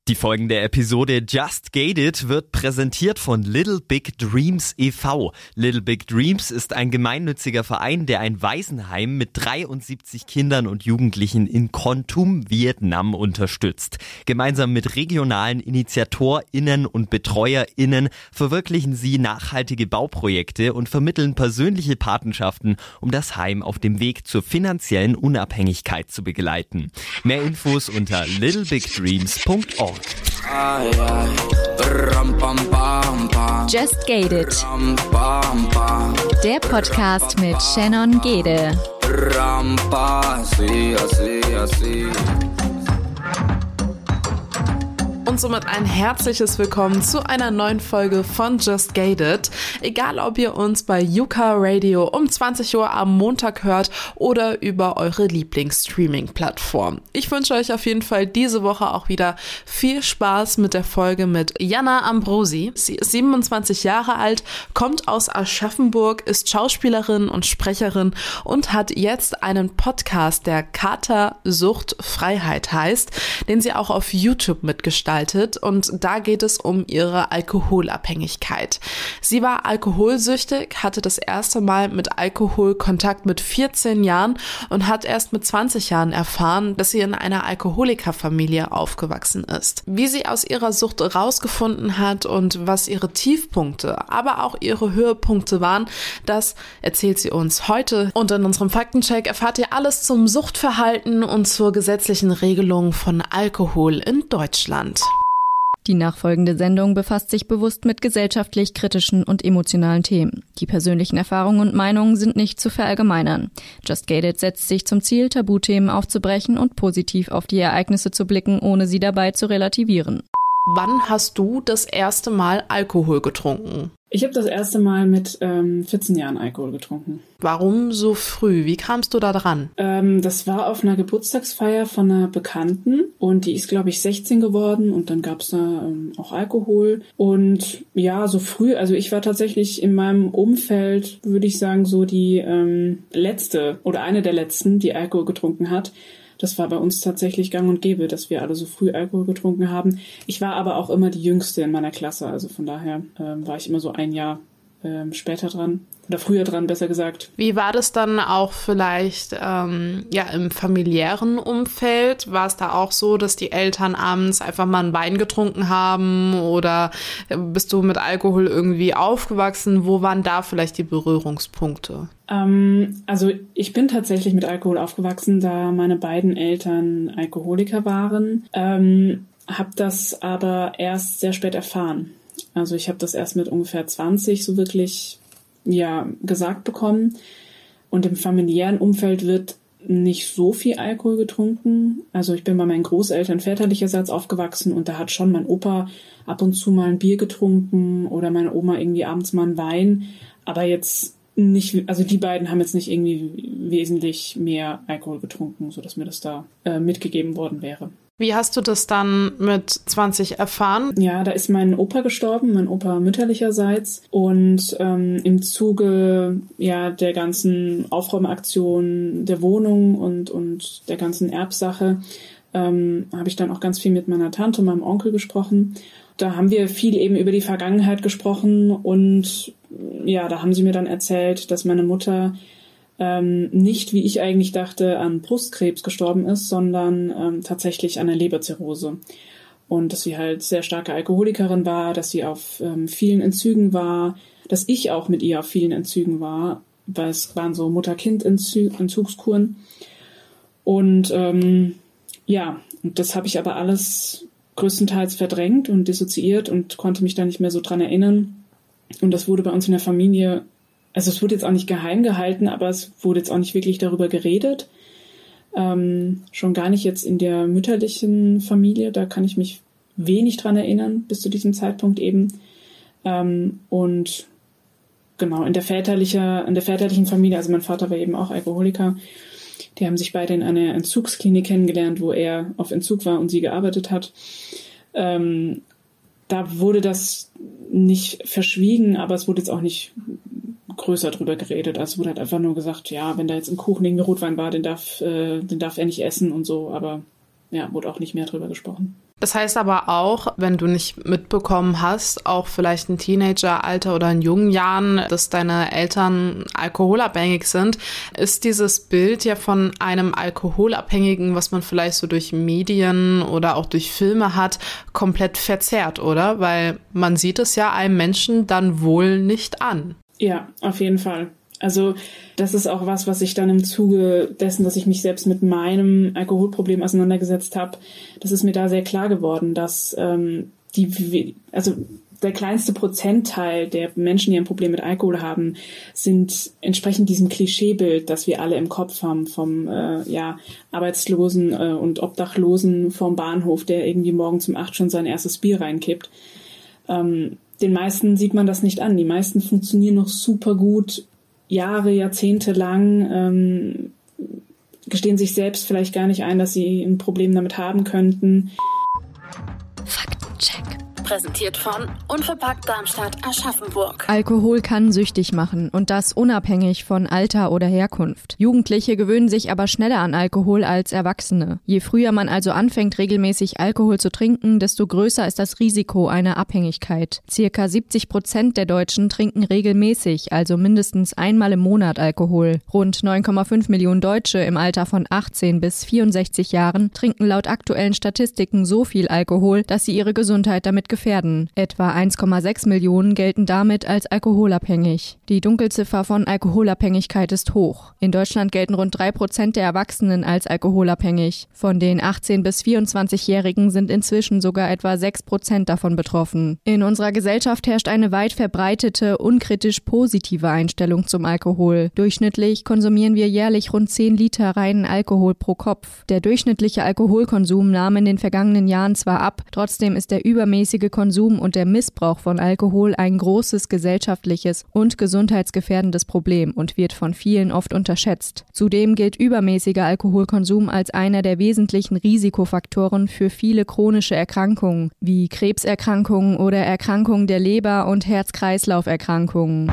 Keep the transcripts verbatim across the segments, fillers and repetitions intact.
Die folgende Episode Just Gated wird präsentiert von Little Big Dreams e V Little Big Dreams ist ein gemeinnütziger Verein, der ein Waisenheim mit dreiundsiebzig Kindern und Jugendlichen in Kon Tum, Vietnam unterstützt. Gemeinsam mit regionalen InitiatorInnen und BetreuerInnen verwirklichen sie nachhaltige Bauprojekte und vermitteln persönliche Patenschaften, um das Heim auf dem Weg zur finanziellen Unabhängigkeit zu begleiten. Mehr Infos unter little big dreams punkt org. Just Gated. Der Podcast mit Shannon Gede. Und somit ein herzliches Willkommen zu einer neuen Folge von Just Gated. Egal, ob ihr uns bei Yuka Radio um zwanzig Uhr am Montag hört oder über eure Lieblings-Streaming-Plattform. Ich wünsche euch auf jeden Fall diese Woche auch wieder viel Spaß mit der Folge mit Jana Ambrosi. Sie ist siebenundzwanzig Jahre alt, kommt aus Aschaffenburg, ist Schauspielerin und Sprecherin und hat jetzt einen Podcast, der Kater Sucht Freiheit heißt, den sie auch auf YouTube mitgestaltet. Und da geht es um ihre Alkoholabhängigkeit. Sie war alkoholsüchtig, hatte das erste Mal mit Alkohol Kontakt mit vierzehn Jahren und hat erst mit zwanzig Jahren erfahren, dass sie in einer Alkoholikerfamilie aufgewachsen ist. Wie sie aus ihrer Sucht rausgefunden hat und was ihre Tiefpunkte, aber auch ihre Höhepunkte waren, das erzählt sie uns heute. Und in unserem Faktencheck erfahrt ihr alles zum Suchtverhalten und zur gesetzlichen Regelung von Alkohol in Deutschland. Die nachfolgende Sendung befasst sich bewusst mit gesellschaftlich kritischen und emotionalen Themen. Die persönlichen Erfahrungen und Meinungen sind nicht zu verallgemeinern. Just Gated setzt sich zum Ziel, Tabuthemen aufzubrechen und positiv auf die Ereignisse zu blicken, ohne sie dabei zu relativieren. Wann hast du das erste Mal Alkohol getrunken? Ich habe das erste Mal mit ähm, vierzehn Jahren Alkohol getrunken. Warum so früh? Wie kamst du da dran? Ähm, das war auf einer Geburtstagsfeier von einer Bekannten und die ist, glaube ich, sechzehn geworden und dann gab's da ähm, auch Alkohol. Und ja, so früh, also ich war tatsächlich in meinem Umfeld, würde ich sagen, so die ähm, letzte oder eine der letzten, die Alkohol getrunken hat. Das war bei uns tatsächlich gang und gäbe, dass wir alle so früh Alkohol getrunken haben. Ich war aber auch immer die Jüngste in meiner Klasse, also von daher ähm, war ich immer so ein Jahr ähm, später dran. Oder früher dran, besser gesagt. Wie war das dann auch vielleicht ähm, ja im familiären Umfeld? War es da auch so, dass die Eltern abends einfach mal einen Wein getrunken haben? Oder bist du mit Alkohol irgendwie aufgewachsen? Wo waren da vielleicht die Berührungspunkte? Ähm, also ich bin tatsächlich mit Alkohol aufgewachsen, da meine beiden Eltern Alkoholiker waren. Ähm, habe das aber erst sehr spät erfahren. Also ich habe das erst mit ungefähr zwanzig so wirklich ja gesagt bekommen. Und im familiären Umfeld wird nicht so viel Alkohol getrunken. Also ich bin bei meinen Großeltern väterlicherseits aufgewachsen und da hat schon mein Opa ab und zu mal ein Bier getrunken oder meine Oma irgendwie abends mal einen Wein. Aber jetzt nicht, also die beiden haben jetzt nicht irgendwie wesentlich mehr Alkohol getrunken, sodass mir das da äh, mitgegeben worden wäre. Wie hast du das dann mit zwanzig erfahren? Ja, da ist mein Opa gestorben, mein Opa mütterlicherseits. Und ähm, im Zuge ja der ganzen Aufräumaktion der Wohnung und, und der ganzen Erbsache ähm, habe ich dann auch ganz viel mit meiner Tante, meinem Onkel gesprochen. Da haben wir viel eben über die Vergangenheit gesprochen und ja, da haben sie mir dann erzählt, dass meine Mutter Ähm, nicht, wie ich eigentlich dachte, an Brustkrebs gestorben ist, sondern ähm, tatsächlich an einer Leberzirrhose. Und dass sie halt sehr starke Alkoholikerin war, dass sie auf ähm, vielen Entzügen war, dass ich auch mit ihr auf vielen Entzügen war, weil es waren so Mutter-Kind-Entzugskuren. Und ähm, ja, und das habe ich aber alles größtenteils verdrängt und dissoziiert und konnte mich da nicht mehr so dran erinnern. Und das wurde bei uns in der Familie, also es wurde jetzt auch nicht geheim gehalten, aber es wurde jetzt auch nicht wirklich darüber geredet. Ähm, schon gar nicht jetzt in der mütterlichen Familie, da kann ich mich wenig dran erinnern, bis zu diesem Zeitpunkt eben. Ähm, und genau, in der väterlicher, in der väterlichen Familie, also mein Vater war eben auch Alkoholiker, die haben sich beide in einer Entzugsklinik kennengelernt, wo er auf Entzug war und sie gearbeitet hat. Ähm, da wurde das nicht verschwiegen, aber es wurde jetzt auch nicht größer drüber geredet. Also wurde halt einfach nur gesagt, ja, wenn da jetzt im Kuchen irgendwie Rotwein war, den darf, äh, den darf er nicht essen und so, aber ja, wurde auch nicht mehr drüber gesprochen. Das heißt aber auch, wenn du nicht mitbekommen hast, auch vielleicht ein Teenageralter oder in jungen Jahren, dass deine Eltern alkoholabhängig sind, ist dieses Bild ja von einem Alkoholabhängigen, was man vielleicht so durch Medien oder auch durch Filme hat, komplett verzerrt, oder? Weil man sieht es ja einem Menschen dann wohl nicht an. Ja, auf jeden Fall. Also das ist auch was, was ich dann im Zuge dessen, dass ich mich selbst mit meinem Alkoholproblem auseinandergesetzt habe, das ist mir da sehr klar geworden, dass ähm, die, also der kleinste Prozentteil der Menschen, die ein Problem mit Alkohol haben, sind entsprechend diesem Klischeebild, das wir alle im Kopf haben vom äh, ja Arbeitslosen äh, und Obdachlosen vorm Bahnhof, der irgendwie morgens um acht schon sein erstes Bier reinkippt. Ähm, den meisten sieht man das nicht an. Die meisten funktionieren noch super gut, Jahre, Jahrzehnte lang, ähm, gestehen sich selbst vielleicht gar nicht ein, dass sie ein Problem damit haben könnten. Faktencheck. Präsentiert von Unverpackt Darmstadt Aschaffenburg. Alkohol kann süchtig machen und das unabhängig von Alter oder Herkunft. Jugendliche gewöhnen sich aber schneller an Alkohol als Erwachsene. Je früher man also anfängt, regelmäßig Alkohol zu trinken, desto größer ist das Risiko einer Abhängigkeit. Circa siebzig Prozent der Deutschen trinken regelmäßig, also mindestens einmal im Monat Alkohol. Rund neun Komma fünf Millionen Deutsche im Alter von achtzehn bis vierundsechzig Jahren trinken laut aktuellen Statistiken so viel Alkohol, dass sie ihre Gesundheit damit gefährden. Etwa eins Komma sechs Millionen gelten damit als alkoholabhängig. Die Dunkelziffer von Alkoholabhängigkeit ist hoch. In Deutschland gelten rund drei Prozent der Erwachsenen als alkoholabhängig. Von den achtzehn- bis vierundzwanzigjährigen sind inzwischen sogar etwa sechs Prozent davon betroffen. In unserer Gesellschaft herrscht eine weit verbreitete, unkritisch positive Einstellung zum Alkohol. Durchschnittlich konsumieren wir jährlich rund zehn Liter reinen Alkohol pro Kopf. Der durchschnittliche Alkoholkonsum nahm in den vergangenen Jahren zwar ab, trotzdem ist der übermäßige Konsum und der Missbrauch von Alkohol ein großes gesellschaftliches und gesundheitsgefährdendes Problem und wird von vielen oft unterschätzt. Zudem gilt übermäßiger Alkoholkonsum als einer der wesentlichen Risikofaktoren für viele chronische Erkrankungen, wie Krebserkrankungen oder Erkrankungen der Leber und Herz-Kreislauf-Erkrankungen.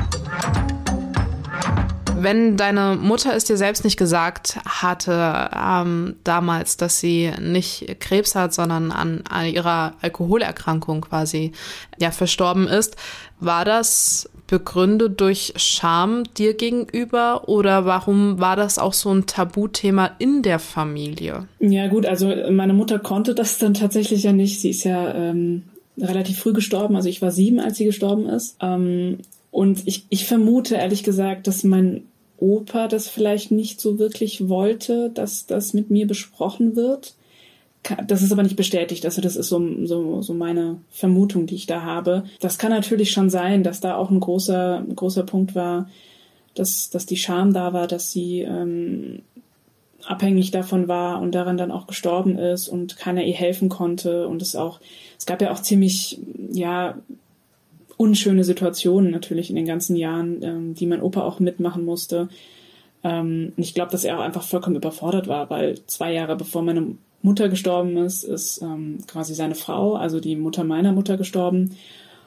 Wenn deine Mutter es dir selbst nicht gesagt hatte, ähm, damals, dass sie nicht Krebs hat, sondern an, an ihrer Alkoholerkrankung quasi ja verstorben ist, war das begründet durch Scham dir gegenüber oder warum war das auch so ein Tabuthema in der Familie? Ja gut, also meine Mutter konnte das dann tatsächlich ja nicht. Sie ist ja ähm, relativ früh gestorben, also ich war sieben, als sie gestorben ist. Ähm, und ich, ich vermute ehrlich gesagt, dass mein Opa das vielleicht nicht so wirklich wollte, dass das mit mir besprochen wird. Das ist aber nicht bestätigt, also das ist so, so, so meine Vermutung, die ich da habe. Das kann natürlich schon sein, dass da auch ein großer, ein großer Punkt war, dass, dass die Scham da war, dass sie ähm, abhängig davon war und daran dann auch gestorben ist und keiner ihr helfen konnte. Und es auch, es gab ja auch ziemlich, ja, unschöne Situationen natürlich in den ganzen Jahren, ähm, die mein Opa auch mitmachen musste. Ähm, ich glaube, dass er auch einfach vollkommen überfordert war, weil zwei Jahre bevor meine Mutter gestorben ist, ist ähm, quasi seine Frau, also die Mutter meiner Mutter, gestorben.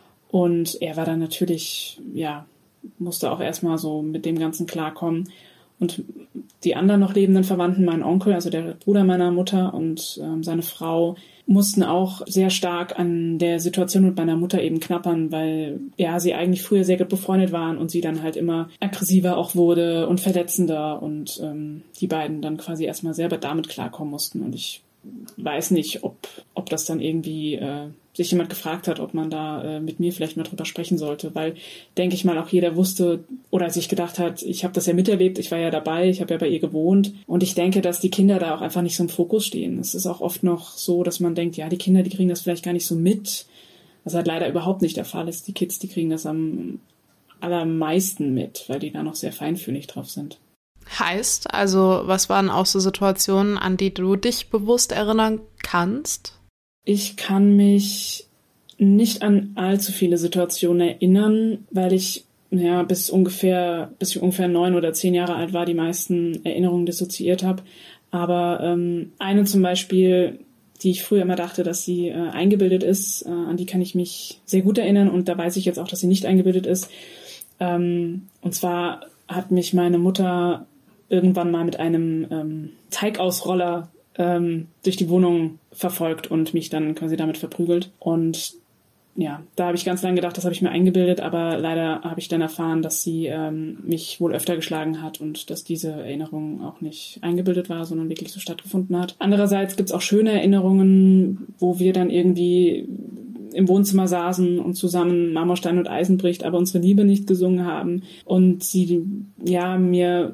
Und er war dann natürlich, ja, musste auch erstmal so mit dem Ganzen klarkommen. Und die anderen noch lebenden Verwandten, mein Onkel, also der Bruder meiner Mutter und ähm, seine Frau, mussten auch sehr stark an der Situation mit meiner Mutter eben knappern, weil ja sie eigentlich früher sehr gut befreundet waren und sie dann halt immer aggressiver auch wurde und verletzender und ähm, die beiden dann quasi erstmal selber damit klarkommen mussten. Und ich weiß nicht, ob ob das dann irgendwie äh, sich jemand gefragt hat, ob man da äh, mit mir vielleicht mal drüber sprechen sollte, weil, denke ich mal, auch jeder wusste oder sich gedacht hat, ich habe das ja miterlebt, ich war ja dabei, ich habe ja bei ihr gewohnt und ich denke, dass die Kinder da auch einfach nicht so im Fokus stehen. Es ist auch oft noch so, dass man denkt, ja, die Kinder, die kriegen das vielleicht gar nicht so mit, was halt leider überhaupt nicht der Fall ist. Die Kids, die kriegen das am allermeisten mit, weil die da noch sehr feinfühlig drauf sind. Heißt, also was waren auch so Situationen, an die du dich bewusst erinnern kannst? Ich kann mich nicht an allzu viele Situationen erinnern, weil ich ja bis ungefähr bis ich ungefähr neun oder zehn Jahre alt war, die meisten Erinnerungen dissoziiert habe. Aber ähm, eine zum Beispiel, die ich früher immer dachte, dass sie äh, eingebildet ist, äh, an die kann ich mich sehr gut erinnern und da weiß ich jetzt auch, dass sie nicht eingebildet ist. Ähm, und zwar hat mich meine Mutter irgendwann mal mit einem ähm, Teigausroller ähm, durch die Wohnung verfolgt und mich dann quasi damit verprügelt. Und ja, da habe ich ganz lange gedacht, das habe ich mir eingebildet, aber leider habe ich dann erfahren, dass sie ähm, mich wohl öfter geschlagen hat und dass diese Erinnerung auch nicht eingebildet war, sondern wirklich so stattgefunden hat. Andererseits gibt's auch schöne Erinnerungen, wo wir dann irgendwie im Wohnzimmer saßen und zusammen Marmorstein und Eisen bricht, aber unsere Liebe nicht gesungen haben und sie ja mir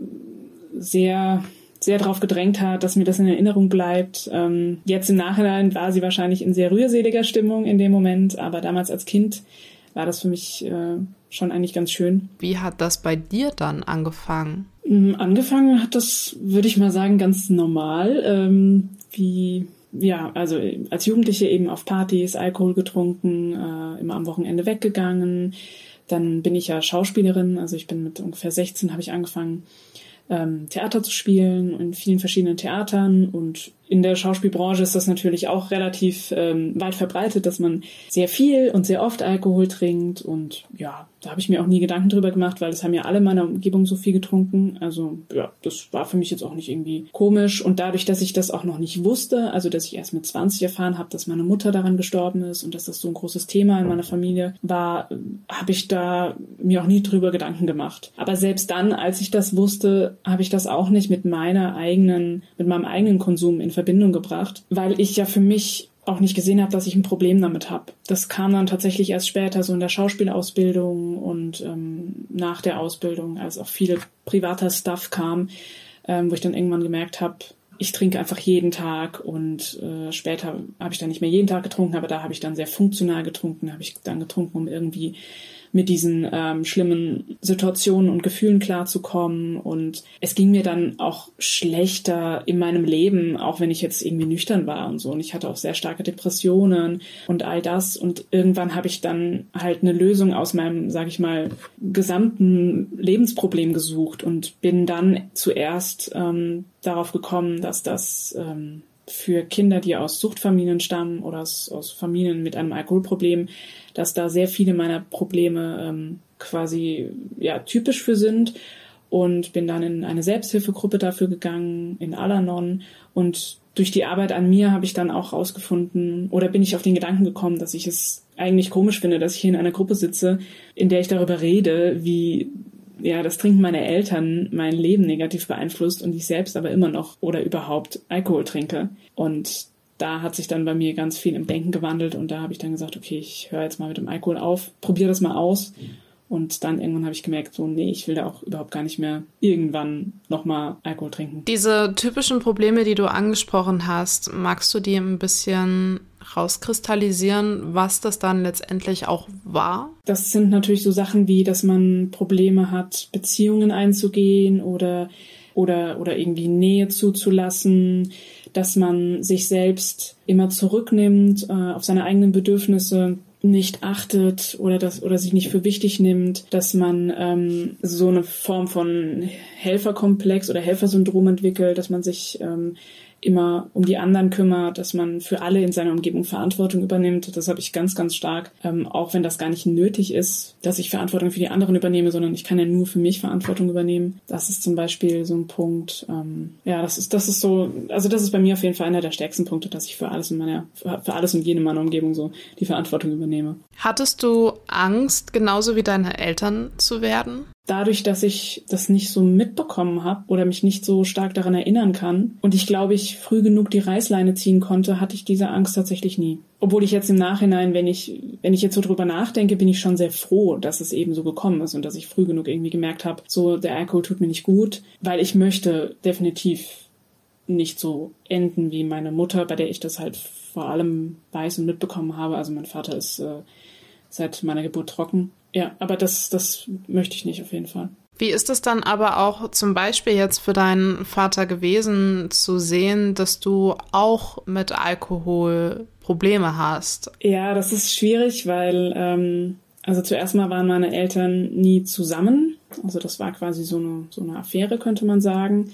sehr sehr darauf gedrängt hat, dass mir das in Erinnerung bleibt. Ähm, jetzt im Nachhinein war sie wahrscheinlich in sehr rührseliger Stimmung in dem Moment, aber damals als Kind war das für mich äh, schon eigentlich ganz schön. Wie hat das bei dir dann angefangen? Ähm, angefangen hat das, würde ich mal sagen, ganz normal. Ähm, wie, ja, also als Jugendliche eben auf Partys, Alkohol getrunken, äh, immer am Wochenende weggegangen. Dann bin ich ja Schauspielerin, also ich bin mit ungefähr sechzehn habe ich angefangen, Ähm, Theater zu spielen in vielen verschiedenen Theatern, und in der Schauspielbranche ist das natürlich auch relativ ähm, weit verbreitet, dass man sehr viel und sehr oft Alkohol trinkt, und ja, da habe ich mir auch nie Gedanken drüber gemacht, weil es haben ja alle in meiner Umgebung so viel getrunken, also ja, das war für mich jetzt auch nicht irgendwie komisch, und dadurch, dass ich das auch noch nicht wusste, also dass ich erst mit zwanzig erfahren habe, dass meine Mutter daran gestorben ist und dass das so ein großes Thema in meiner Familie war, habe ich da mir auch nie drüber Gedanken gemacht. Aber selbst dann, als ich das wusste, habe ich das auch nicht mit meiner eigenen, mit meinem eigenen Konsum in Verbindung gebracht, weil ich ja für mich auch nicht gesehen habe, dass ich ein Problem damit habe. Das kam dann tatsächlich erst später, so in der Schauspielausbildung und ähm, nach der Ausbildung, als auch viel privater Stuff kam, ähm, wo ich dann irgendwann gemerkt habe, ich trinke einfach jeden Tag, und äh, später habe ich dann nicht mehr jeden Tag getrunken, aber da habe ich dann sehr funktional getrunken, habe ich dann getrunken, um irgendwie mit diesen ähm, schlimmen Situationen und Gefühlen klarzukommen. Und es ging mir dann auch schlechter in meinem Leben, auch wenn ich jetzt irgendwie nüchtern war und so. Und ich hatte auch sehr starke Depressionen und all das. Und irgendwann habe ich dann halt eine Lösung aus meinem, sage ich mal, gesamten Lebensproblem gesucht und bin dann zuerst ähm, darauf gekommen, dass das ähm, für Kinder, die aus Suchtfamilien stammen oder aus, aus Familien mit einem Alkoholproblem, dass da sehr viele meiner Probleme ähm, quasi ja typisch für sind, und bin dann in eine Selbsthilfegruppe dafür gegangen, in Al-Anon, und durch die Arbeit an mir habe ich dann auch rausgefunden, oder bin ich auf den Gedanken gekommen, dass ich es eigentlich komisch finde, dass ich hier in einer Gruppe sitze, in der ich darüber rede, wie ja das Trinken meiner Eltern mein Leben negativ beeinflusst und ich selbst aber immer noch oder überhaupt Alkohol trinke. Und da hat sich dann bei mir ganz viel im Denken gewandelt, und da habe ich dann gesagt, okay, ich höre jetzt mal mit dem Alkohol auf, probiere das mal aus. Und dann irgendwann habe ich gemerkt, so nee, ich will da auch überhaupt gar nicht mehr irgendwann nochmal Alkohol trinken. Diese typischen Probleme, die du angesprochen hast, magst du die ein bisschen rauskristallisieren, was das dann letztendlich auch war? Das sind natürlich so Sachen wie, dass man Probleme hat, Beziehungen einzugehen oder, oder, oder irgendwie Nähe zuzulassen, dass man sich selbst immer zurücknimmt, äh, auf seine eigenen Bedürfnisse nicht achtet oder das oder sich nicht für wichtig nimmt, dass man ähm, so eine Form von Helferkomplex oder Helfersyndrom entwickelt, dass man sich ähm, immer um die anderen kümmert, dass man für alle in seiner Umgebung Verantwortung übernimmt. Das habe ich ganz, ganz stark, ähm, auch wenn das gar nicht nötig ist, dass ich Verantwortung für die anderen übernehme, sondern ich kann ja nur für mich Verantwortung übernehmen. Das ist zum Beispiel so ein Punkt. Ähm, ja, das ist, das ist so, also das ist bei mir auf jeden Fall einer der stärksten Punkte, dass ich für alles in meiner, für alles und jede in meiner Umgebung so die Verantwortung übernehme. Hattest du Angst, genauso wie deine Eltern zu werden? Dadurch, dass ich das nicht so mitbekommen habe oder mich nicht so stark daran erinnern kann und ich glaube, ich früh genug die Reißleine ziehen konnte, hatte ich diese Angst tatsächlich nie. Obwohl ich jetzt im Nachhinein, wenn ich wenn ich jetzt so drüber nachdenke, bin ich schon sehr froh, dass es eben so gekommen ist und dass ich früh genug irgendwie gemerkt habe, so der Alkohol tut mir nicht gut, weil ich möchte definitiv nicht so enden wie meine Mutter, bei der ich das halt vor allem weiß und mitbekommen habe. Also mein Vater ist äh, seit meiner Geburt trocken. Ja, aber das, das möchte ich nicht auf jeden Fall. Wie ist es dann aber auch zum Beispiel jetzt für deinen Vater gewesen, zu sehen, dass du auch mit Alkohol Probleme hast? Ja, das ist schwierig, weil ähm, also zuerst mal waren meine Eltern nie zusammen. Also das war quasi so eine, so eine Affäre, könnte man sagen.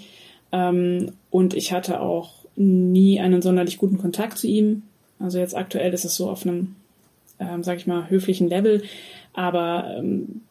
Ähm, und ich hatte auch nie einen sonderlich guten Kontakt zu ihm. Also jetzt aktuell ist es so auf einem, ähm, sag ich mal, höflichen Level. Aber ähm,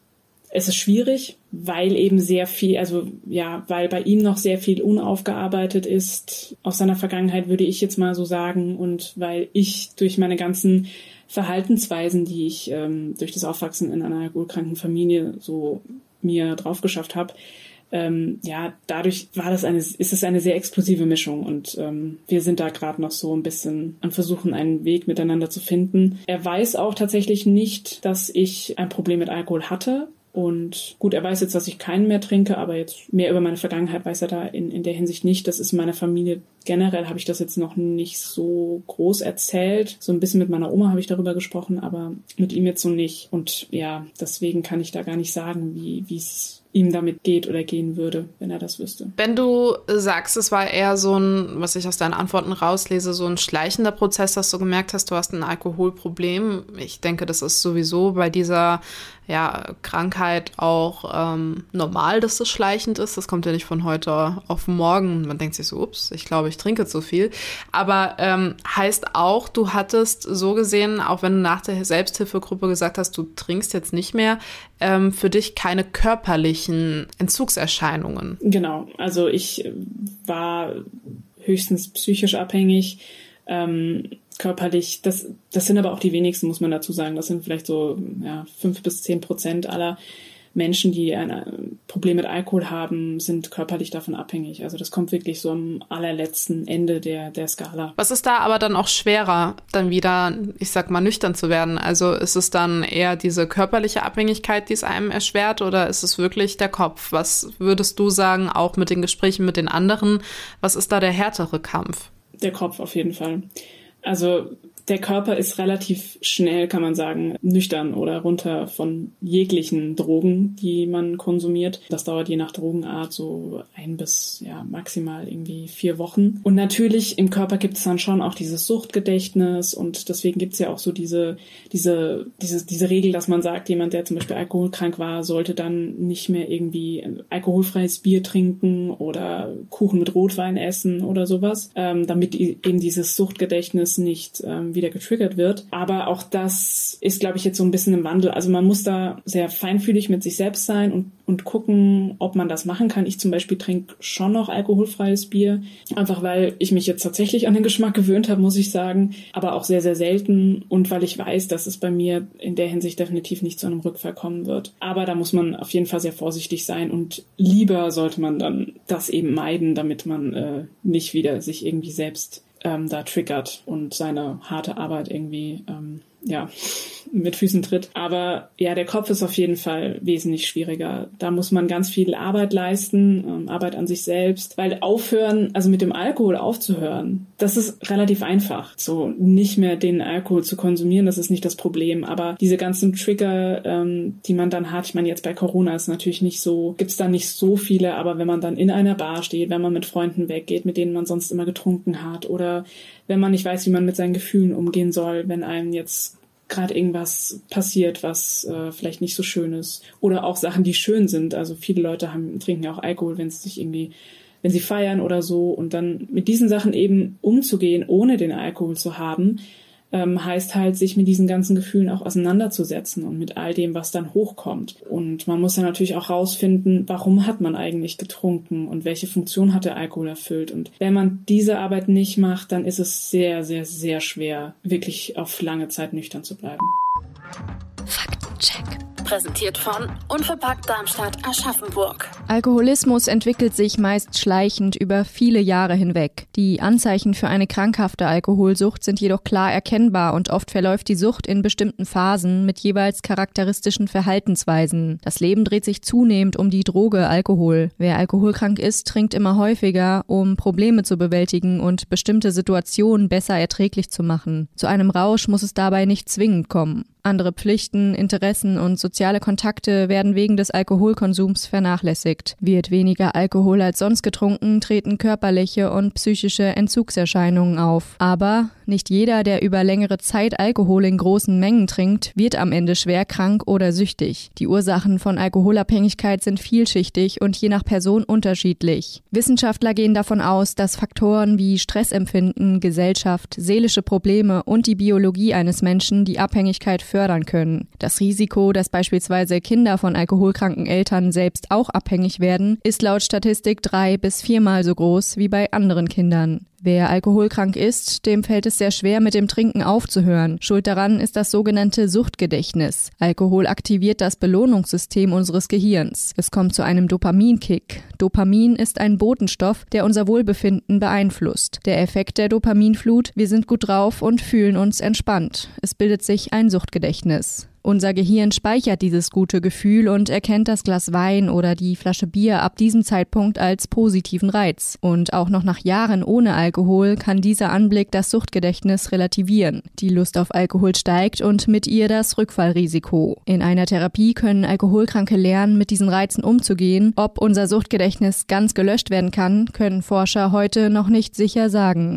es ist schwierig, weil eben sehr viel, also ja, weil bei ihm noch sehr viel unaufgearbeitet ist aus seiner Vergangenheit, würde ich jetzt mal so sagen, und weil ich durch meine ganzen Verhaltensweisen, die ich ähm, durch das Aufwachsen in einer alkoholkranken Familie so mir drauf geschafft habe, ähm, ja, dadurch war das eine, ist es eine sehr explosive Mischung und ähm, wir sind da gerade noch so ein bisschen am Versuchen, einen Weg miteinander zu finden. Er weiß auch tatsächlich nicht, dass ich ein Problem mit Alkohol hatte. Und gut, er weiß jetzt, dass ich keinen mehr trinke, aber jetzt mehr über meine Vergangenheit weiß er da in, in der Hinsicht nicht. Das ist in meiner Familie generell, habe ich das jetzt noch nicht so groß erzählt. So ein bisschen mit meiner Oma habe ich darüber gesprochen, aber mit ihm jetzt so nicht. Und ja, deswegen kann ich da gar nicht sagen, wie wie es ihm damit geht oder gehen würde, wenn er das wüsste. Wenn du sagst, es war eher so ein, was ich aus deinen Antworten rauslese, so ein schleichender Prozess, dass du gemerkt hast, du hast ein Alkoholproblem. Ich denke, das ist sowieso bei dieser ja, Krankheit auch ähm, normal, dass das schleichend ist. Das kommt ja nicht von heute auf morgen. Man denkt sich so, ups, ich glaube, ich trinke zu viel. Aber ähm, heißt auch, du hattest so gesehen, auch wenn du nach der Selbsthilfegruppe gesagt hast, du trinkst jetzt nicht mehr, ähm, für dich keine körperlichen Entzugserscheinungen. Genau, also ich war höchstens psychisch abhängig, ähm, körperlich, das, das sind aber auch die wenigsten, muss man dazu sagen. Das sind vielleicht so ja, fünf bis zehn Prozent aller Menschen, die ein Problem mit Alkohol haben, sind körperlich davon abhängig. Also das kommt wirklich so am allerletzten Ende der, der Skala. Was ist da aber dann auch schwerer, dann wieder, ich sag mal, nüchtern zu werden? Also ist es dann eher diese körperliche Abhängigkeit, die es einem erschwert, oder ist es wirklich der Kopf? Was würdest du sagen, auch mit den Gesprächen mit den anderen, was ist da der härtere Kampf? Der Kopf auf jeden Fall. Also der Körper ist relativ schnell, kann man sagen, nüchtern oder runter von jeglichen Drogen, die man konsumiert. Das dauert je nach Drogenart so ein bis ja maximal irgendwie vier Wochen. Und natürlich im Körper gibt es dann schon auch dieses Suchtgedächtnis und deswegen gibt es ja auch so diese diese diese diese Regel, dass man sagt, jemand, der zum Beispiel alkoholkrank war, sollte dann nicht mehr irgendwie alkoholfreies Bier trinken oder Kuchen mit Rotwein essen oder sowas, ähm, damit eben dieses Suchtgedächtnis nicht ähm, wieder getriggert wird. Aber auch das ist, glaube ich, jetzt so ein bisschen im Wandel. Also man muss da sehr feinfühlig mit sich selbst sein und, und gucken, ob man das machen kann. Ich zum Beispiel trinke schon noch alkoholfreies Bier, einfach weil ich mich jetzt tatsächlich an den Geschmack gewöhnt habe, muss ich sagen, aber auch sehr, sehr selten und weil ich weiß, dass es bei mir in der Hinsicht definitiv nicht zu einem Rückfall kommen wird. Aber da muss man auf jeden Fall sehr vorsichtig sein und lieber sollte man dann das eben meiden, damit man äh, nicht wieder sich irgendwie selbst Ähm, da triggert und seine harte Arbeit irgendwie ähm, ja mit Füßen tritt. Aber ja, der Kopf ist auf jeden Fall wesentlich schwieriger. Da muss man ganz viel Arbeit leisten, ähm, Arbeit an sich selbst, weil aufhören, also mit dem Alkohol aufzuhören, das ist relativ einfach. So nicht mehr den Alkohol zu konsumieren, das ist nicht das Problem. Aber diese ganzen Trigger, ähm, die man dann hat, ich meine jetzt bei Corona ist natürlich nicht so, gibt's da nicht so viele, aber wenn man dann in einer Bar steht, wenn man mit Freunden weggeht, mit denen man sonst immer getrunken hat oder wenn man nicht weiß, wie man mit seinen Gefühlen umgehen soll, wenn einem jetzt gerade irgendwas passiert, was äh, vielleicht nicht so schön ist. Oder auch Sachen, die schön sind. Also viele Leute haben, trinken ja auch Alkohol, wenn es sich irgendwie, wenn sie feiern oder so. Und dann mit diesen Sachen eben umzugehen, ohne den Alkohol zu haben, ähm, heißt halt, sich mit diesen ganzen Gefühlen auch auseinanderzusetzen und mit all dem, was dann hochkommt. Und man muss dann natürlich auch rausfinden, warum hat man eigentlich getrunken und welche Funktion hat der Alkohol erfüllt. Und wenn man diese Arbeit nicht macht, dann ist es sehr, sehr, sehr schwer, wirklich auf lange Zeit nüchtern zu bleiben. Faktencheck. Präsentiert von Unverpackt Darmstadt Aschaffenburg. Alkoholismus entwickelt sich meist schleichend über viele Jahre hinweg. Die Anzeichen für eine krankhafte Alkoholsucht sind jedoch klar erkennbar und oft verläuft die Sucht in bestimmten Phasen mit jeweils charakteristischen Verhaltensweisen. Das Leben dreht sich zunehmend um die Droge Alkohol. Wer alkoholkrank ist, trinkt immer häufiger, um Probleme zu bewältigen und bestimmte Situationen besser erträglich zu machen. Zu einem Rausch muss es dabei nicht zwingend kommen. Andere Pflichten, Interessen und soziale Kontakte werden wegen des Alkoholkonsums vernachlässigt. Wird weniger Alkohol als sonst getrunken, treten körperliche und psychische Entzugserscheinungen auf. Aber Nicht jeder, der über längere Zeit Alkohol in großen Mengen trinkt, wird am Ende schwer krank oder süchtig. Die Ursachen von Alkoholabhängigkeit sind vielschichtig und je nach Person unterschiedlich. Wissenschaftler gehen davon aus, dass Faktoren wie Stressempfinden, Gesellschaft, seelische Probleme und die Biologie eines Menschen die Abhängigkeit fördern können. Das Risiko, dass beispielsweise Kinder von alkoholkranken Eltern selbst auch abhängig werden, ist laut Statistik drei bis viermal so groß wie bei anderen Kindern. Wer alkoholkrank ist, dem fällt es sehr schwer, mit dem Trinken aufzuhören. Schuld daran ist das sogenannte Suchtgedächtnis. Alkohol aktiviert das Belohnungssystem unseres Gehirns. Es kommt zu einem Dopaminkick. Dopamin ist ein Botenstoff, der unser Wohlbefinden beeinflusst. Der Effekt der Dopaminflut: wir sind gut drauf und fühlen uns entspannt. Es bildet sich ein Suchtgedächtnis. Unser Gehirn speichert dieses gute Gefühl und erkennt das Glas Wein oder die Flasche Bier ab diesem Zeitpunkt als positiven Reiz. Und auch noch nach Jahren ohne Alkohol kann dieser Anblick das Suchtgedächtnis relativieren. Die Lust auf Alkohol steigt und mit ihr das Rückfallrisiko. In einer Therapie können Alkoholkranke lernen, mit diesen Reizen umzugehen. Ob unser Suchtgedächtnis ganz gelöscht werden kann, können Forscher heute noch nicht sicher sagen.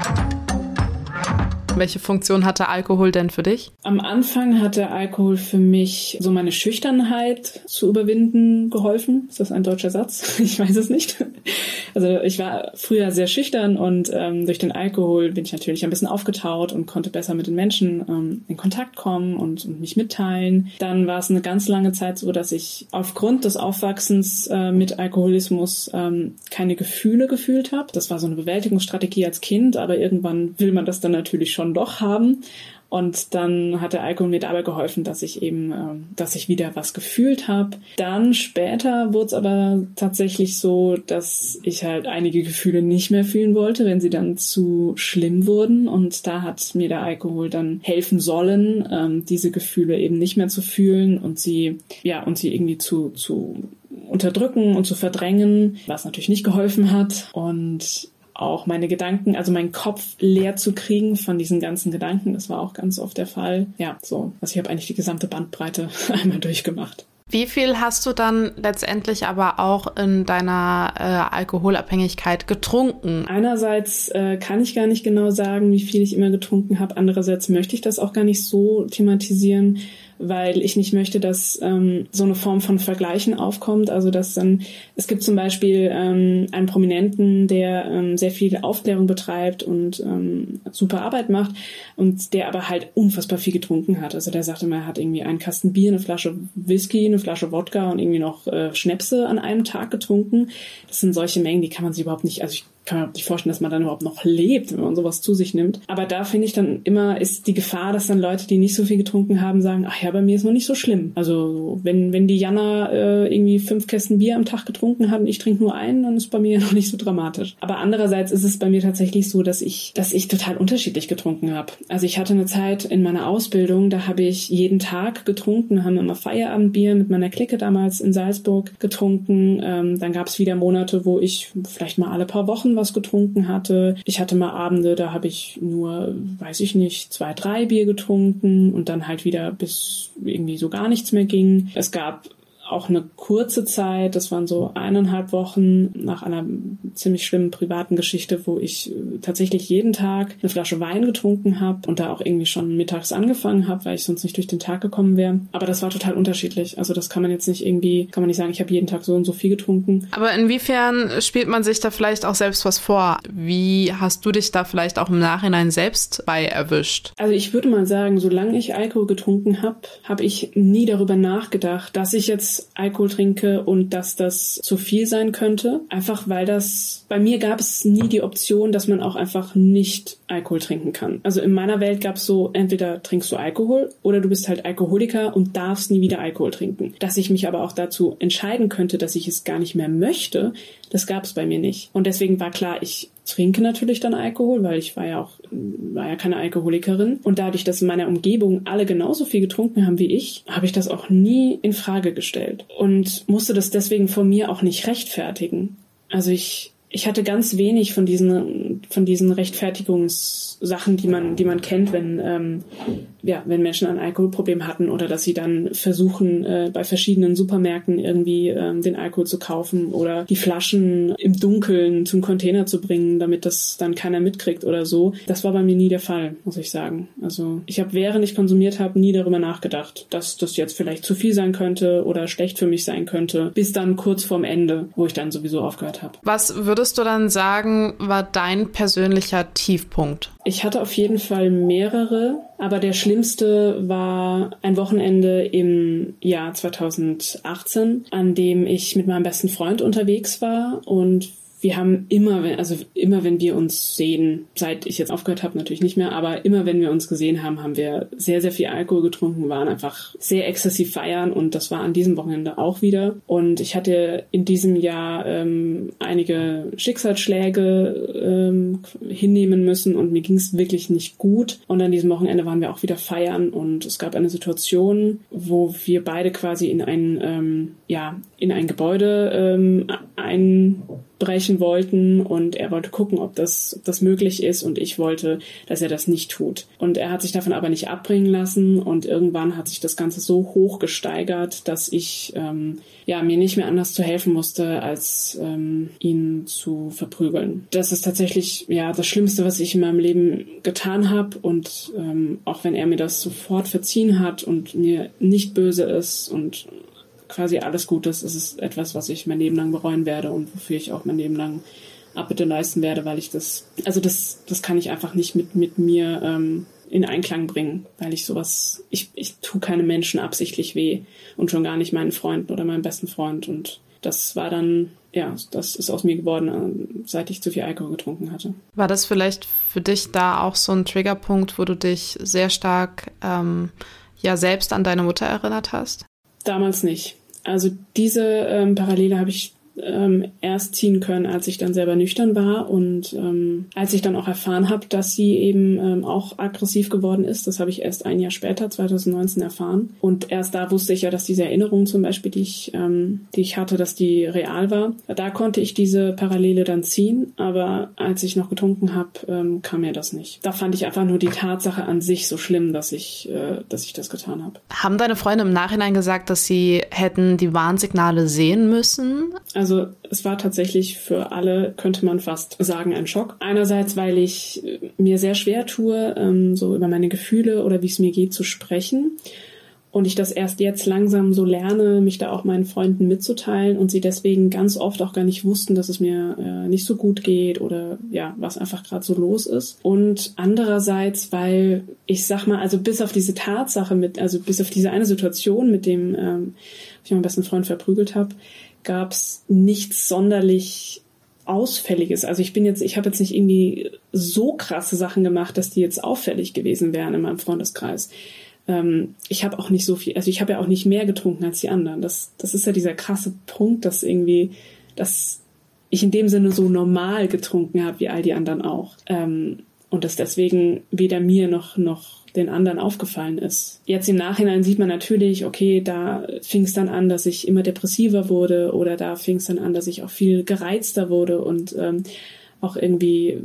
Welche Funktion hatte Alkohol denn für dich? Am Anfang hat der Alkohol für mich so meine Schüchternheit zu überwinden geholfen. Ist das ein deutscher Satz? Ich weiß es nicht. Also ich war früher sehr schüchtern und ähm, durch den Alkohol bin ich natürlich ein bisschen aufgetaut und konnte besser mit den Menschen ähm, in Kontakt kommen und, und mich mitteilen. Dann war es eine ganz lange Zeit so, dass ich aufgrund des Aufwachsens äh, mit Alkoholismus ähm, keine Gefühle gefühlt habe. Das war so eine Bewältigungsstrategie als Kind, aber irgendwann will man das dann natürlich schon doch haben. Und dann hat der Alkohol mir dabei geholfen, dass ich eben, äh, dass ich wieder was gefühlt habe. Dann später wurde es aber tatsächlich so, dass ich halt einige Gefühle nicht mehr fühlen wollte, wenn sie dann zu schlimm wurden. Und da hat mir der Alkohol dann helfen sollen, ähm, diese Gefühle eben nicht mehr zu fühlen und sie, ja, und sie irgendwie zu, zu unterdrücken und zu verdrängen, was natürlich nicht geholfen hat. Und auch meine Gedanken, also meinen Kopf leer zu kriegen von diesen ganzen Gedanken. Das war auch ganz oft der Fall. Ja, so. Also ich habe eigentlich die gesamte Bandbreite einmal durchgemacht. Wie viel hast du dann letztendlich aber auch in deiner äh, Alkoholabhängigkeit getrunken? Einerseits äh, kann ich gar nicht genau sagen, wie viel ich immer getrunken habe. Andererseits möchte ich das auch gar nicht so thematisieren, weil ich nicht möchte, dass ähm, so eine Form von Vergleichen aufkommt. Also dass dann, es gibt zum Beispiel ähm, einen Prominenten, der ähm, sehr viel Aufklärung betreibt und ähm, super Arbeit macht und der aber halt unfassbar viel getrunken hat. Also der sagte mal, er hat irgendwie einen Kasten Bier, eine Flasche Whisky, eine Flasche Wodka und irgendwie noch äh, Schnäpse an einem Tag getrunken. Das sind solche Mengen, die kann man sich überhaupt nicht, also ich kann mir überhaupt nicht vorstellen, dass man dann überhaupt noch lebt, wenn man sowas zu sich nimmt. Aber da finde ich dann immer, ist die Gefahr, dass dann Leute, die nicht so viel getrunken haben, sagen, ach ja, bei mir ist noch nicht so schlimm. Also wenn wenn die Jana äh, irgendwie fünf Kästen Bier am Tag getrunken hat und ich trinke nur einen, dann ist bei mir noch nicht so dramatisch. Aber andererseits ist es bei mir tatsächlich so, dass ich dass ich total unterschiedlich getrunken habe. Also ich hatte eine Zeit in meiner Ausbildung, da habe ich jeden Tag getrunken, haben immer Feierabendbier mit meiner Clique damals in Salzburg getrunken. Ähm, dann gab es wieder Monate, wo ich vielleicht mal alle paar Wochen was getrunken hatte. Ich hatte mal Abende, da habe ich nur, weiß ich nicht, zwei, drei Bier getrunken und dann halt wieder bis irgendwie so gar nichts mehr ging. Es gab auch eine kurze Zeit, das waren so eineinhalb Wochen nach einer ziemlich schlimmen privaten Geschichte, wo ich tatsächlich jeden Tag eine Flasche Wein getrunken habe und da auch irgendwie schon mittags angefangen habe, weil ich sonst nicht durch den Tag gekommen wäre. Aber das war total unterschiedlich. Also das kann man jetzt nicht irgendwie, kann man nicht sagen, ich habe jeden Tag so und so viel getrunken. Aber inwiefern spielt man sich da vielleicht auch selbst was vor? Wie hast du dich da vielleicht auch im Nachhinein selbst bei erwischt? Also ich würde mal sagen, solange ich Alkohol getrunken habe, habe ich nie darüber nachgedacht, dass ich jetzt Alkohol trinke und dass das zu viel sein könnte. Einfach weil das, bei mir gab es nie die Option, dass man auch einfach nicht Alkohol trinken kann. Also in meiner Welt gab es so, entweder trinkst du Alkohol oder du bist halt Alkoholiker und darfst nie wieder Alkohol trinken. Dass ich mich aber auch dazu entscheiden könnte, dass ich es gar nicht mehr möchte, das gab es bei mir nicht. Und deswegen war klar, ich trinke natürlich dann Alkohol, weil ich war ja auch war ja keine Alkoholikerin. Und dadurch, dass in meiner Umgebung alle genauso viel getrunken haben wie ich, habe ich das auch nie in Frage gestellt und musste das deswegen vor mir auch nicht rechtfertigen. Also ich ich hatte ganz wenig von diesen von diesen Rechtfertigungssachen, die man die man kennt, wenn ähm, ja, wenn Menschen ein Alkoholproblem hatten oder dass sie dann versuchen, äh, bei verschiedenen Supermärkten irgendwie ähm, den Alkohol zu kaufen oder die Flaschen im Dunkeln zum Container zu bringen, damit das dann keiner mitkriegt oder so. Das war bei mir nie der Fall, muss ich sagen. Also ich habe, während ich konsumiert habe, nie darüber nachgedacht, dass das jetzt vielleicht zu viel sein könnte oder schlecht für mich sein könnte, bis dann kurz vorm Ende, wo ich dann sowieso aufgehört habe. Was würdest du dann sagen, war dein persönlicher Tiefpunkt? Ich hatte auf jeden Fall mehrere, aber der schlimmste war ein Wochenende im Jahr zweitausendachtzehn, an dem ich mit meinem besten Freund unterwegs war und wir haben immer, wenn, also immer wenn wir uns sehen, seit ich jetzt aufgehört habe, natürlich nicht mehr, aber immer wenn wir uns gesehen haben, haben wir sehr, sehr viel Alkohol getrunken, waren einfach sehr exzessiv feiern und das war an diesem Wochenende auch wieder. Und ich hatte in diesem Jahr ähm, einige Schicksalsschläge ähm, hinnehmen müssen und mir ging es wirklich nicht gut. Und an diesem Wochenende waren wir auch wieder feiern und es gab eine Situation, wo wir beide quasi in ein, ähm, ja, in ein Gebäude ähm, einbrechen wollten und er wollte gucken, ob das, ob das möglich ist und ich wollte, dass er das nicht tut. Und er hat sich davon aber nicht abbringen lassen und irgendwann hat sich das Ganze so hoch gesteigert, dass ich ähm, ja mir nicht mehr anders zu helfen musste, als ähm, ihn zu verprügeln. Das ist tatsächlich ja das Schlimmste, was ich in meinem Leben getan habe und ähm, auch wenn er mir das sofort verziehen hat und mir nicht böse ist und quasi alles Gutes, ist es etwas, was ich mein Leben lang bereuen werde und wofür ich auch mein Leben lang Abbitte leisten werde, weil ich das, also das, das kann ich einfach nicht mit, mit mir ähm, in Einklang bringen, weil ich sowas, ich, ich tue keine Menschen absichtlich weh und schon gar nicht meinen Freunden oder meinem besten Freund und das war dann, ja, das ist aus mir geworden, seit ich zu viel Alkohol getrunken hatte. War das vielleicht für dich da auch so ein Triggerpunkt, wo du dich sehr stark ähm, ja selbst an deine Mutter erinnert hast? Damals nicht. Also diese ähm, Parallele habe ich ähm, erst ziehen können, als ich dann selber nüchtern war und ähm, als ich dann auch erfahren habe, dass sie eben ähm, auch aggressiv geworden ist. Das habe ich erst ein Jahr später, zwanzig neunzehn, erfahren. Und erst da wusste ich ja, dass diese Erinnerung zum Beispiel, die ich, ähm, die ich hatte, dass die real war. Da konnte ich diese Parallele dann ziehen, aber als ich noch getrunken habe, ähm, kam mir das nicht. Da fand ich einfach nur die Tatsache an sich so schlimm, dass ich, äh, dass ich das getan habe. Haben deine Freunde im Nachhinein gesagt, dass sie hätten die Warnsignale sehen müssen? Also es war tatsächlich für alle, könnte man fast sagen, ein Schock. Einerseits, weil ich mir sehr schwer tue, ähm, so über meine Gefühle oder wie es mir geht zu sprechen. Und ich das erst jetzt langsam so lerne, mich da auch meinen Freunden mitzuteilen und sie deswegen ganz oft auch gar nicht wussten, dass es mir äh, nicht so gut geht oder ja, was einfach gerade so los ist. Und andererseits, weil ich sag mal, also bis auf diese Tatsache mit, also bis auf diese eine Situation, mit dem ähm, ich meinen besten Freund verprügelt habe, gab es nichts sonderlich Ausfälliges. Also ich bin jetzt, ich habe jetzt nicht irgendwie so krasse Sachen gemacht, dass die jetzt auffällig gewesen wären in meinem Freundeskreis. Ähm, ich habe auch nicht so viel, also ich habe ja auch nicht mehr getrunken als die anderen. Das, das ist ja dieser krasse Punkt, dass irgendwie, dass ich in dem Sinne so normal getrunken habe, wie all die anderen auch. Ähm, und dass deswegen weder mir noch, noch den anderen aufgefallen ist. Jetzt im Nachhinein sieht man natürlich, okay, da fing es dann an, dass ich immer depressiver wurde oder da fing es dann an, dass ich auch viel gereizter wurde und ähm, auch irgendwie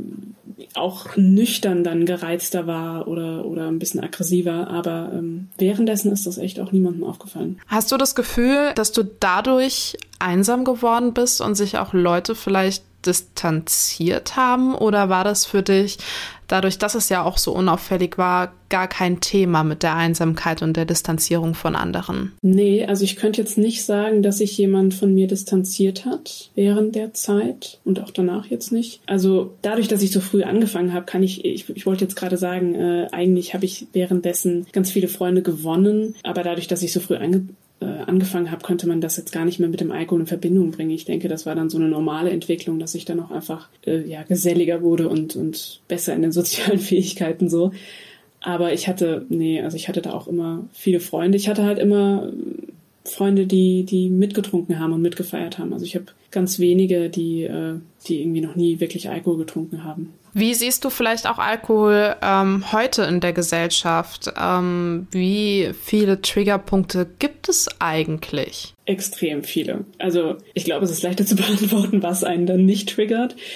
auch nüchtern dann gereizter war oder oder ein bisschen aggressiver, aber ähm, währenddessen ist das echt auch niemandem aufgefallen. Hast du das Gefühl, dass du dadurch einsam geworden bist und sich auch Leute vielleicht distanziert haben oder war das für dich, dadurch, dass es ja auch so unauffällig war, gar kein Thema mit der Einsamkeit und der Distanzierung von anderen? Nee, also ich könnte jetzt nicht sagen, dass sich jemand von mir distanziert hat während der Zeit und auch danach jetzt nicht. Also dadurch, dass ich so früh angefangen habe, kann ich, ich, ich wollte jetzt gerade sagen, äh, eigentlich habe ich währenddessen ganz viele Freunde gewonnen, aber dadurch, dass ich so früh ange angefangen habe, konnte man das jetzt gar nicht mehr mit dem Alkohol in Verbindung bringen. Ich denke, das war dann so eine normale Entwicklung, dass ich dann auch einfach äh, ja geselliger wurde und und besser in den sozialen Fähigkeiten so. Aber ich hatte, nee, also ich hatte da auch immer viele Freunde. Ich hatte halt immer Freunde, die die mitgetrunken haben und mitgefeiert haben. Also ich habe ganz wenige, die äh, die irgendwie noch nie wirklich Alkohol getrunken haben. Wie siehst du vielleicht auch Alkohol ähm, heute in der Gesellschaft? Ähm, wie viele Triggerpunkte gibt es eigentlich? Extrem viele. Also ich glaube, es ist leichter zu beantworten, was einen dann nicht triggert.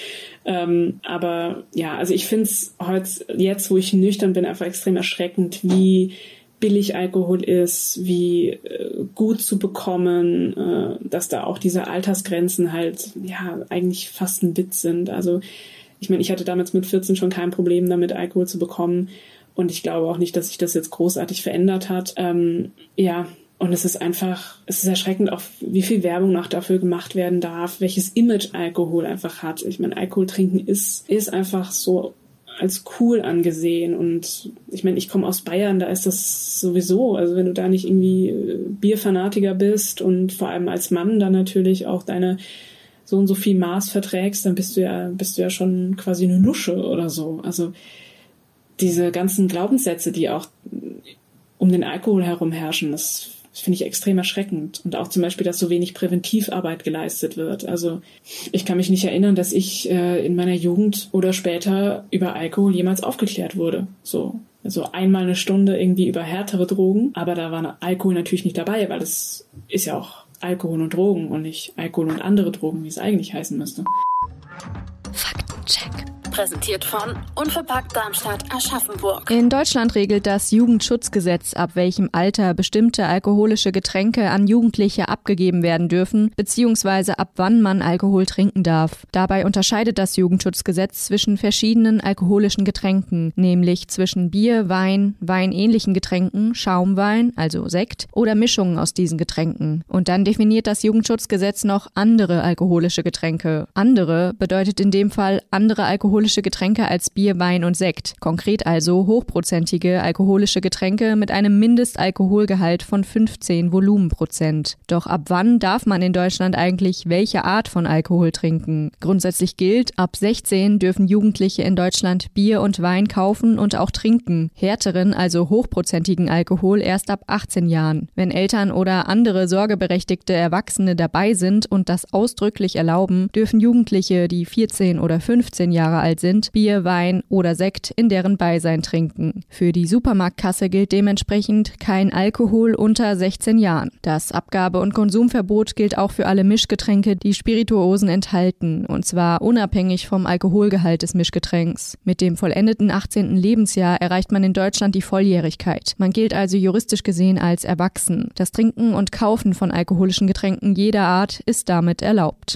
Ähm, aber ja, also ich finde es heute, jetzt wo ich nüchtern bin, einfach extrem erschreckend, wie billig Alkohol ist, wie äh, gut zu bekommen, äh, dass da auch diese Altersgrenzen halt ja eigentlich fast ein Witz sind. Also ich meine, ich hatte damals mit vierzehn schon kein Problem damit, Alkohol zu bekommen und ich glaube auch nicht, dass sich das jetzt großartig verändert hat. Ähm, ja, und es ist einfach, es ist erschreckend auch, wie viel Werbung noch dafür gemacht werden darf, welches Image Alkohol einfach hat. Ich meine, Alkohol trinken ist, ist einfach so als cool angesehen und ich meine, ich komme aus Bayern, da ist das sowieso, also wenn du da nicht irgendwie Bierfanatiker bist und vor allem als Mann dann natürlich auch deine so und so viel Maß verträgst, dann bist du ja, bist du ja schon quasi eine Nusche oder so. Also diese ganzen Glaubenssätze, die auch um den Alkohol herum herrschen, das Das finde ich extrem erschreckend. Und auch zum Beispiel, dass so wenig Präventivarbeit geleistet wird. Also ich kann mich nicht erinnern, dass ich äh, in meiner Jugend oder später über Alkohol jemals aufgeklärt wurde. So, also einmal eine Stunde irgendwie über härtere Drogen. Aber da war Alkohol natürlich nicht dabei, weil es ist ja auch Alkohol und Drogen und nicht Alkohol und andere Drogen, wie es eigentlich heißen müsste. Faktencheck. Präsentiert von Unverpackt Darmstadt Aschaffenburg. In Deutschland regelt das Jugendschutzgesetz, ab welchem Alter bestimmte alkoholische Getränke an Jugendliche abgegeben werden dürfen, beziehungsweise ab wann man Alkohol trinken darf. Dabei unterscheidet das Jugendschutzgesetz zwischen verschiedenen alkoholischen Getränken, nämlich zwischen Bier, Wein, weinähnlichen Getränken, Schaumwein, also Sekt, oder Mischungen aus diesen Getränken. Und dann definiert das Jugendschutzgesetz noch andere alkoholische Getränke. Andere bedeutet in dem Fall andere alkoholische Getränke als Bier, Wein und Sekt. Konkret also hochprozentige alkoholische Getränke mit einem Mindestalkoholgehalt von fünfzehn Volumenprozent. Doch ab wann darf man in Deutschland eigentlich welche Art von Alkohol trinken? Grundsätzlich gilt, ab sechzehn dürfen Jugendliche in Deutschland Bier und Wein kaufen und auch trinken. Härteren, also hochprozentigen Alkohol erst ab achtzehn Jahren. Wenn Eltern oder andere sorgeberechtigte Erwachsene dabei sind und das ausdrücklich erlauben, dürfen Jugendliche, die vierzehn oder fünfzehn Jahre alt sind, Bier, Wein oder Sekt in deren Beisein trinken. Für die Supermarktkasse gilt dementsprechend kein Alkohol unter sechzehn Jahren. Das Abgabe- und Konsumverbot gilt auch für alle Mischgetränke, die Spirituosen enthalten, und zwar unabhängig vom Alkoholgehalt des Mischgetränks. Mit dem vollendeten achtzehnten Lebensjahr erreicht man in Deutschland die Volljährigkeit. Man gilt also juristisch gesehen als erwachsen. Das Trinken und Kaufen von alkoholischen Getränken jeder Art ist damit erlaubt.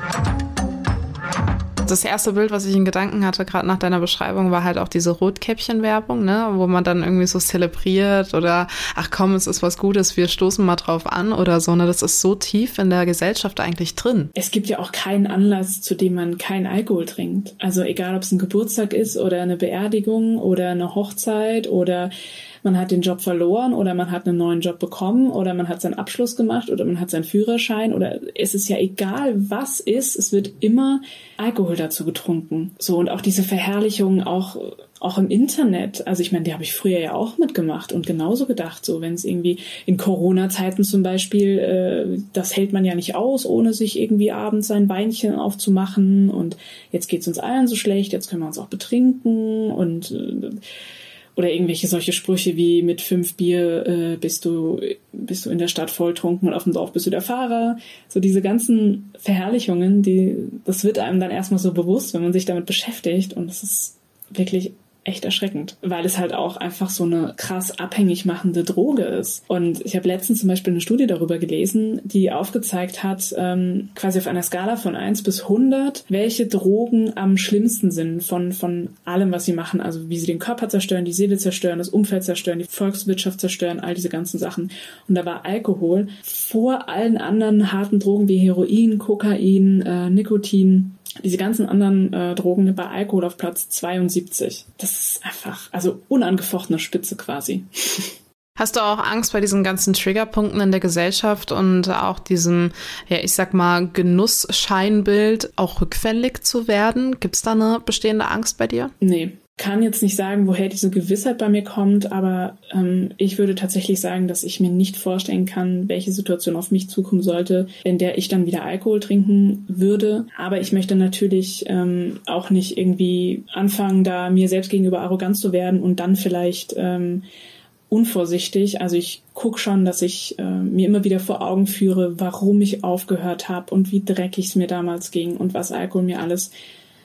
Das erste Bild, was ich in Gedanken hatte, gerade nach deiner Beschreibung, war halt auch diese Rotkäppchen-Werbung, ne, wo man dann irgendwie so zelebriert oder ach komm, es ist was Gutes, wir stoßen mal drauf an oder so. Ne, das ist so tief in der Gesellschaft eigentlich drin. Es gibt ja auch keinen Anlass, zu dem man keinen Alkohol trinkt. Also egal, ob es ein Geburtstag ist oder eine Beerdigung oder eine Hochzeit oder man hat den Job verloren oder man hat einen neuen Job bekommen oder man hat seinen Abschluss gemacht oder man hat seinen Führerschein oder es ist ja egal, was ist, es wird immer Alkohol dazu getrunken. So, und auch diese Verherrlichung auch auch im Internet. Also ich meine, die habe ich früher ja auch mitgemacht und genauso gedacht, so wenn es irgendwie in Corona-Zeiten zum Beispiel, äh, das hält man ja nicht aus, ohne sich irgendwie abends sein Weinchen aufzumachen und jetzt geht's uns allen so schlecht, jetzt können wir uns auch betrinken und äh, oder irgendwelche solche Sprüche wie mit fünf Bier äh, bist du bist du in der Stadt volltrunken und auf dem Dorf bist du der Fahrer. So diese ganzen Verherrlichungen, die das wird einem dann erstmal so bewusst, wenn man sich damit beschäftigt und das ist wirklich echt erschreckend, weil es halt auch einfach so eine krass abhängig machende Droge ist. Und ich habe letztens zum Beispiel eine Studie darüber gelesen, die aufgezeigt hat, ähm, quasi auf einer Skala von eins bis hundert, welche Drogen am schlimmsten sind von von allem, was sie machen. Also wie sie den Körper zerstören, die Seele zerstören, das Umfeld zerstören, die Volkswirtschaft zerstören, all diese ganzen Sachen. Und da war Alkohol vor allen anderen harten Drogen wie Heroin, Kokain, äh, Nikotin, diese ganzen anderen äh, Drogen bei Alkohol auf Platz zweiundsiebzig. Das ist einfach, also unangefochtene Spitze quasi. Hast du auch Angst bei diesen ganzen Triggerpunkten in der Gesellschaft und auch diesem, ja, ich sag mal, Genussscheinbild auch rückfällig zu werden? Gibt's da eine bestehende Angst bei dir? Nee. Kann jetzt nicht sagen, woher diese Gewissheit bei mir kommt, aber ähm, ich würde tatsächlich sagen, dass ich mir nicht vorstellen kann, welche Situation auf mich zukommen sollte, in der ich dann wieder Alkohol trinken würde. Aber ich möchte natürlich ähm, auch nicht irgendwie anfangen, da mir selbst gegenüber arrogant zu werden und dann vielleicht ähm, unvorsichtig. Also ich gucke schon, dass ich äh, mir immer wieder vor Augen führe, warum ich aufgehört habe und wie dreckig es mir damals ging und was Alkohol mir alles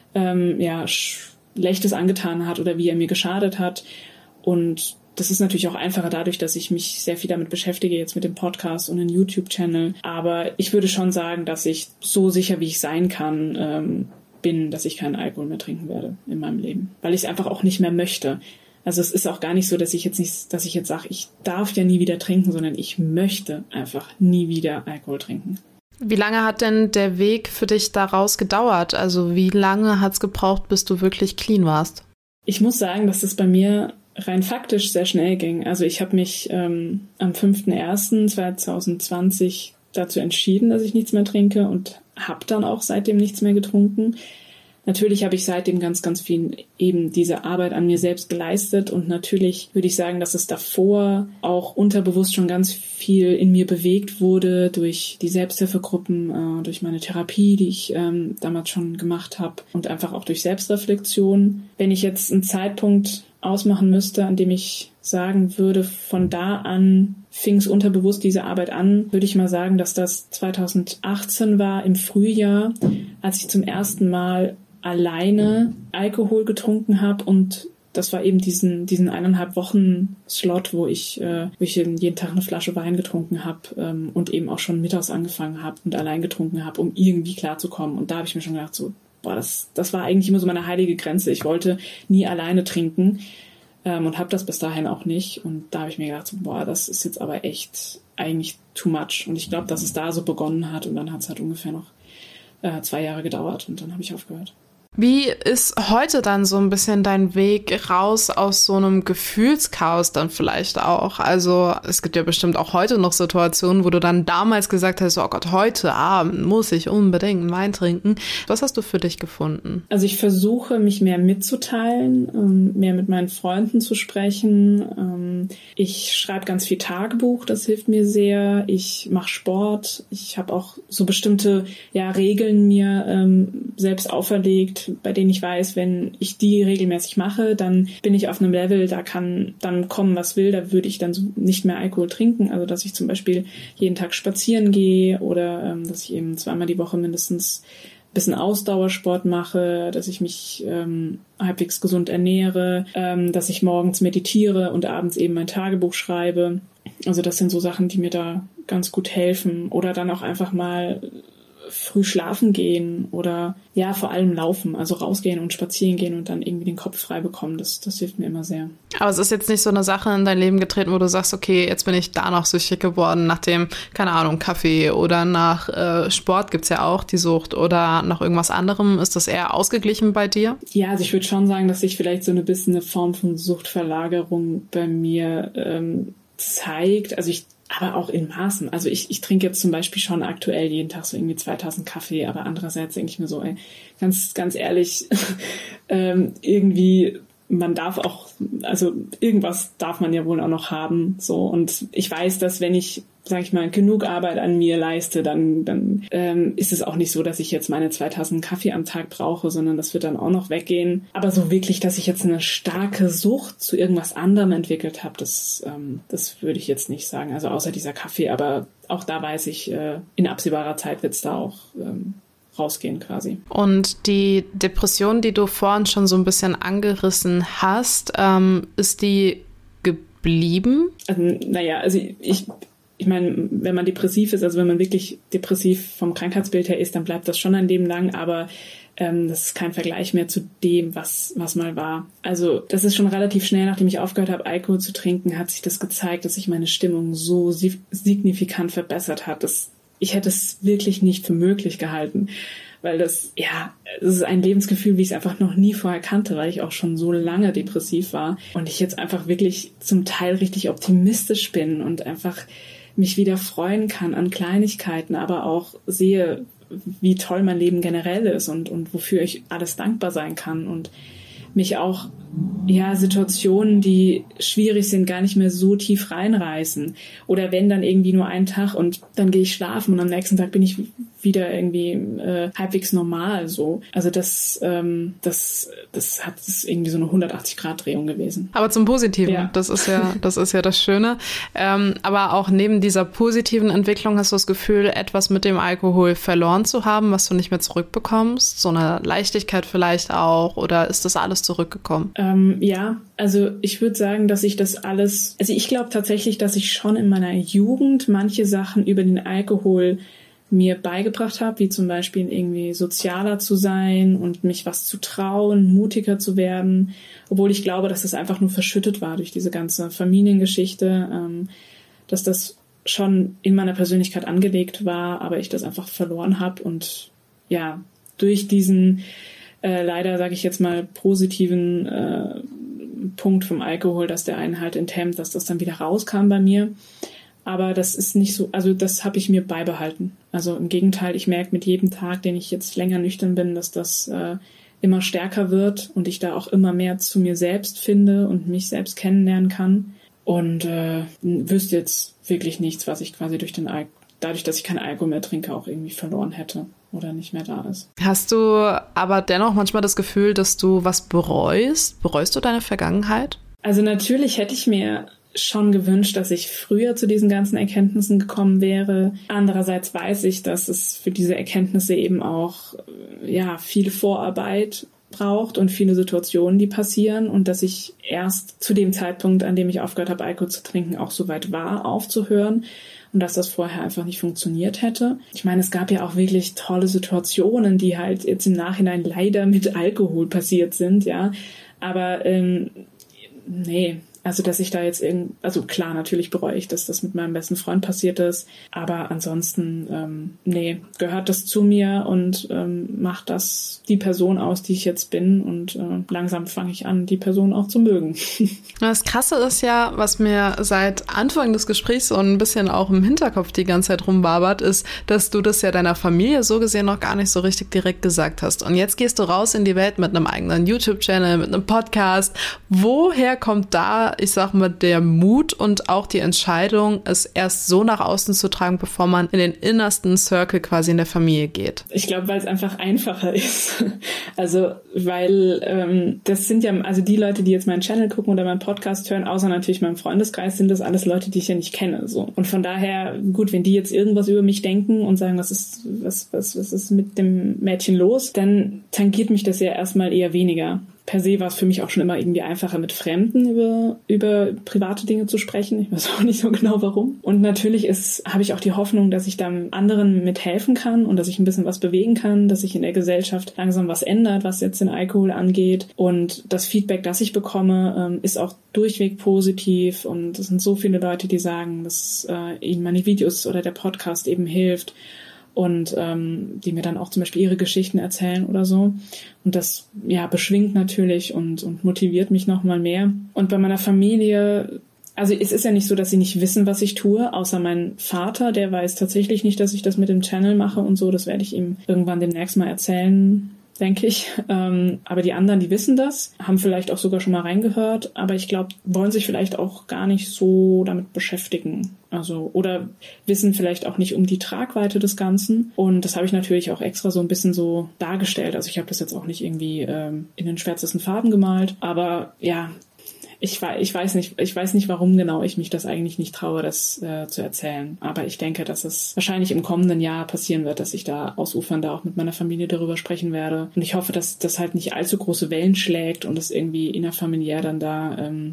ähm, ja, Schlechtes angetan hat oder wie er mir geschadet hat. Und das ist natürlich auch einfacher dadurch, dass ich mich sehr viel damit beschäftige, jetzt mit dem Podcast und einem YouTube-Channel. Aber ich würde schon sagen, dass ich so sicher, wie ich sein kann, ähm, bin, dass ich keinen Alkohol mehr trinken werde in meinem Leben. Weil ich es einfach auch nicht mehr möchte. Also es ist auch gar nicht so, dass ich jetzt nicht, dass ich jetzt sage, ich darf ja nie wieder trinken, sondern ich möchte einfach nie wieder Alkohol trinken. Wie lange hat denn der Weg für dich daraus gedauert? Also wie lange hat es gebraucht, bis du wirklich clean warst? Ich muss sagen, dass das bei mir rein faktisch sehr schnell ging. Also ich habe mich ähm, am fünften ersten zweitausendzwanzig dazu entschieden, dass ich nichts mehr trinke und habe dann auch seitdem nichts mehr getrunken. Natürlich habe ich seitdem ganz, ganz viel eben diese Arbeit an mir selbst geleistet und natürlich würde ich sagen, dass es davor auch unterbewusst schon ganz viel in mir bewegt wurde durch die Selbsthilfegruppen, äh, durch meine Therapie, die ich ähm, damals schon gemacht habe und einfach auch durch Selbstreflexion. Wenn ich jetzt einen Zeitpunkt ausmachen müsste, an dem ich sagen würde, von da an fing es unterbewusst diese Arbeit an, würde ich mal sagen, dass das zweitausendachtzehn war, im Frühjahr, als ich zum ersten Mal alleine Alkohol getrunken habe und das war eben diesen diesen eineinhalb Wochen Slot, wo ich, äh, wo ich jeden Tag eine Flasche Wein getrunken habe ähm, und eben auch schon mittags angefangen habe und allein getrunken habe, um irgendwie klarzukommen. Und da habe ich mir schon gedacht, so, boah, das das war eigentlich immer so meine heilige Grenze. Ich wollte nie alleine trinken ähm, und habe das bis dahin auch nicht. Und da habe ich mir gedacht, so, boah, das ist jetzt aber echt eigentlich too much. Und ich glaube, dass es da so begonnen hat und dann hat es halt ungefähr noch äh, zwei Jahre gedauert und dann habe ich aufgehört. Wie ist heute dann so ein bisschen dein Weg raus aus so einem Gefühlschaos dann vielleicht auch? Also es gibt ja bestimmt auch heute noch Situationen, wo du dann damals gesagt hast, oh Gott, heute Abend muss ich unbedingt einen Wein trinken. Was hast du für dich gefunden? Also ich versuche, mich mehr mitzuteilen, mehr mit meinen Freunden zu sprechen. Ich schreibe ganz viel Tagebuch, das hilft mir sehr. Ich mache Sport. Ich habe auch so bestimmte ja, Regeln mir selbst auferlegt, bei denen ich weiß, wenn ich die regelmäßig mache, dann bin ich auf einem Level, da kann dann kommen, was will, da würde ich dann so nicht mehr Alkohol trinken. Also dass ich zum Beispiel jeden Tag spazieren gehe oder ähm, dass ich eben zweimal die Woche mindestens ein bisschen Ausdauersport mache, dass ich mich ähm, halbwegs gesund ernähre, ähm, dass ich morgens meditiere und abends eben mein Tagebuch schreibe. Also das sind so Sachen, die mir da ganz gut helfen. Oder dann auch einfach mal früh schlafen gehen oder ja, vor allem laufen, also rausgehen und spazieren gehen und dann irgendwie den Kopf frei bekommen, das, das hilft mir immer sehr. Aber es ist jetzt nicht so eine Sache in dein Leben getreten, wo du sagst, okay, jetzt bin ich danach süchtig geworden, nach dem, keine Ahnung, Kaffee oder nach äh, Sport gibt's ja auch die Sucht oder nach irgendwas anderem. Ist das eher ausgeglichen bei dir? Ja, also ich würde schon sagen, dass sich vielleicht so eine bisschen eine Form von Suchtverlagerung bei mir ähm, zeigt. Also ich aber auch in Maßen. Also ich, ich trinke jetzt zum Beispiel schon aktuell jeden Tag so irgendwie zweitausend Kaffee, aber andererseits denke ich mir so, ey, ganz, ganz ehrlich, ähm, irgendwie, man darf auch, also irgendwas darf man ja wohl auch noch haben, so. Und ich weiß, dass wenn ich, sag ich mal, genug Arbeit an mir leiste, dann, dann ähm, ist es auch nicht so, dass ich jetzt meine zweitausend Kaffee am Tag brauche, sondern das wird dann auch noch weggehen. Aber so wirklich, dass ich jetzt eine starke Sucht zu irgendwas anderem entwickelt habe, das, ähm, das würde ich jetzt nicht sagen. Also außer dieser Kaffee, aber auch da weiß ich, äh, in absehbarer Zeit wird es da auch ähm, rausgehen quasi. Und die Depression, die du vorhin schon so ein bisschen angerissen hast, ähm, ist die geblieben? Also, naja, also ich Ich meine, wenn man depressiv ist, also wenn man wirklich depressiv vom Krankheitsbild her ist, dann bleibt das schon ein Leben lang, aber ähm, das ist kein Vergleich mehr zu dem, was was mal war. Also das ist schon relativ schnell, nachdem ich aufgehört habe, Alkohol zu trinken, hat sich das gezeigt, dass sich meine Stimmung so signifikant verbessert hat. Das, ich hätte es wirklich nicht für möglich gehalten, weil das, ja, es ist ein Lebensgefühl, wie ich es einfach noch nie vorher kannte, weil ich auch schon so lange depressiv war und ich jetzt einfach wirklich zum Teil richtig optimistisch bin und einfach mich wieder freuen kann an Kleinigkeiten, aber auch sehe, wie toll mein Leben generell ist und, und wofür ich alles dankbar sein kann und mich auch ja, Situationen, die schwierig sind, gar nicht mehr so tief reinreißen. Oder wenn dann irgendwie nur einen Tag und dann gehe ich schlafen und am nächsten Tag bin ich wieder irgendwie äh, halbwegs normal so. Also das, ähm, das, das hat das ist irgendwie so eine hundertachtzig-Grad-Drehung gewesen. Aber zum Positiven, ja. das ist ja, das ist ja das Schöne. Ähm, aber auch neben dieser positiven Entwicklung hast du das Gefühl, etwas mit dem Alkohol verloren zu haben, was du nicht mehr zurückbekommst? So eine Leichtigkeit vielleicht auch? Oder ist das alles zurückgekommen? Ähm, ja, also ich würde sagen, dass ich das alles, also ich glaube tatsächlich, dass ich schon in meiner Jugend manche Sachen über den Alkohol mir beigebracht habe, wie zum Beispiel irgendwie sozialer zu sein und mich was zu trauen, mutiger zu werden, obwohl ich glaube, dass das einfach nur verschüttet war durch diese ganze Familiengeschichte, ähm, dass das schon in meiner Persönlichkeit angelegt war, aber ich das einfach verloren habe und ja, durch diesen äh, leider, sage ich jetzt mal, positiven äh, Punkt vom Alkohol, dass der einen halt enthemmt, dass das dann wieder rauskam bei mir. Aber das ist nicht so, also das habe ich mir beibehalten. Also im Gegenteil, ich merke mit jedem Tag, den ich jetzt länger nüchtern bin, dass das äh, immer stärker wird und ich da auch immer mehr zu mir selbst finde und mich selbst kennenlernen kann. Und äh, wüsste jetzt wirklich nichts, was ich quasi durch den Al- dadurch, dass ich keinen Alkohol mehr trinke, auch irgendwie verloren hätte oder nicht mehr da ist. Hast du aber dennoch manchmal das Gefühl, dass du was bereust? Bereust du deine Vergangenheit? Also natürlich hätte ich mir schon gewünscht, dass ich früher zu diesen ganzen Erkenntnissen gekommen wäre. Andererseits weiß ich, dass es für diese Erkenntnisse eben auch ja viel Vorarbeit braucht und viele Situationen, die passieren und dass ich erst zu dem Zeitpunkt, an dem ich aufgehört habe, Alkohol zu trinken, auch so weit war, aufzuhören und dass das vorher einfach nicht funktioniert hätte. Ich meine, es gab ja auch wirklich tolle Situationen, die halt jetzt im Nachhinein leider mit Alkohol passiert sind, ja, aber ähm, nee, also dass ich da jetzt irgend, also klar, natürlich bereue ich, dass das mit meinem besten Freund passiert ist, aber ansonsten, ähm, nee, gehört das zu mir und ähm, macht das die Person aus, die ich jetzt bin und äh, langsam fange ich an, die Person auch zu mögen. Das Krasse ist ja, was mir seit Anfang des Gesprächs so ein bisschen auch im Hinterkopf die ganze Zeit rumbabert, ist, dass du das ja deiner Familie so gesehen noch gar nicht so richtig direkt gesagt hast. Und jetzt gehst du raus in die Welt mit einem eigenen YouTube-Channel, mit einem Podcast. Woher kommt da, ich sag mal, der Mut und auch die Entscheidung, es erst so nach außen zu tragen, bevor man in den innersten Circle quasi in der Familie geht? Ich glaube, weil es einfach einfacher ist. Also, weil ähm, das sind ja, also die Leute, die jetzt meinen Channel gucken oder meinen Podcast hören, außer natürlich meinem Freundeskreis, sind das alles Leute, die ich ja nicht kenne. So. Und von daher, gut, wenn die jetzt irgendwas über mich denken und sagen, was ist, was, was, was ist mit dem Mädchen los, dann tangiert mich das ja erstmal eher weniger. Per se war es für mich auch schon immer irgendwie einfacher, mit Fremden über, über private Dinge zu sprechen. Ich weiß auch nicht so genau, warum. Und natürlich ist, habe ich auch die Hoffnung, dass ich dann anderen mithelfen kann und dass ich ein bisschen was bewegen kann, dass sich in der Gesellschaft langsam was ändert, was jetzt den Alkohol angeht. Und das Feedback, das ich bekomme, ist auch durchweg positiv. Und es sind so viele Leute, die sagen, dass äh, ihnen meine Videos oder der Podcast eben hilft. Und ähm, die mir dann auch zum Beispiel ihre Geschichten erzählen oder so. Und das ja beschwingt natürlich und, und motiviert mich nochmal mehr. Und bei meiner Familie, also es ist ja nicht so, dass sie nicht wissen, was ich tue, außer mein Vater, der weiß tatsächlich nicht, dass ich das mit dem Channel mache und so. Das werde ich ihm irgendwann demnächst mal erzählen, denke ich. Ähm, aber die anderen, die wissen das, haben vielleicht auch sogar schon mal reingehört, aber ich glaube, wollen sich vielleicht auch gar nicht so damit beschäftigen. Also, oder wissen vielleicht auch nicht um die Tragweite des Ganzen. Und das habe ich natürlich auch extra so ein bisschen so dargestellt. Also ich habe das jetzt auch nicht irgendwie ähm, in den schwärzesten Farben gemalt. Aber ja, ich, ich weiß nicht, ich weiß nicht, warum genau ich mich das eigentlich nicht traue, das äh, zu erzählen. Aber ich denke, dass es wahrscheinlich im kommenden Jahr passieren wird, dass ich da ausufernder auch mit meiner Familie darüber sprechen werde. Und ich hoffe, dass das halt nicht allzu große Wellen schlägt und es irgendwie innerfamiliär dann da ähm,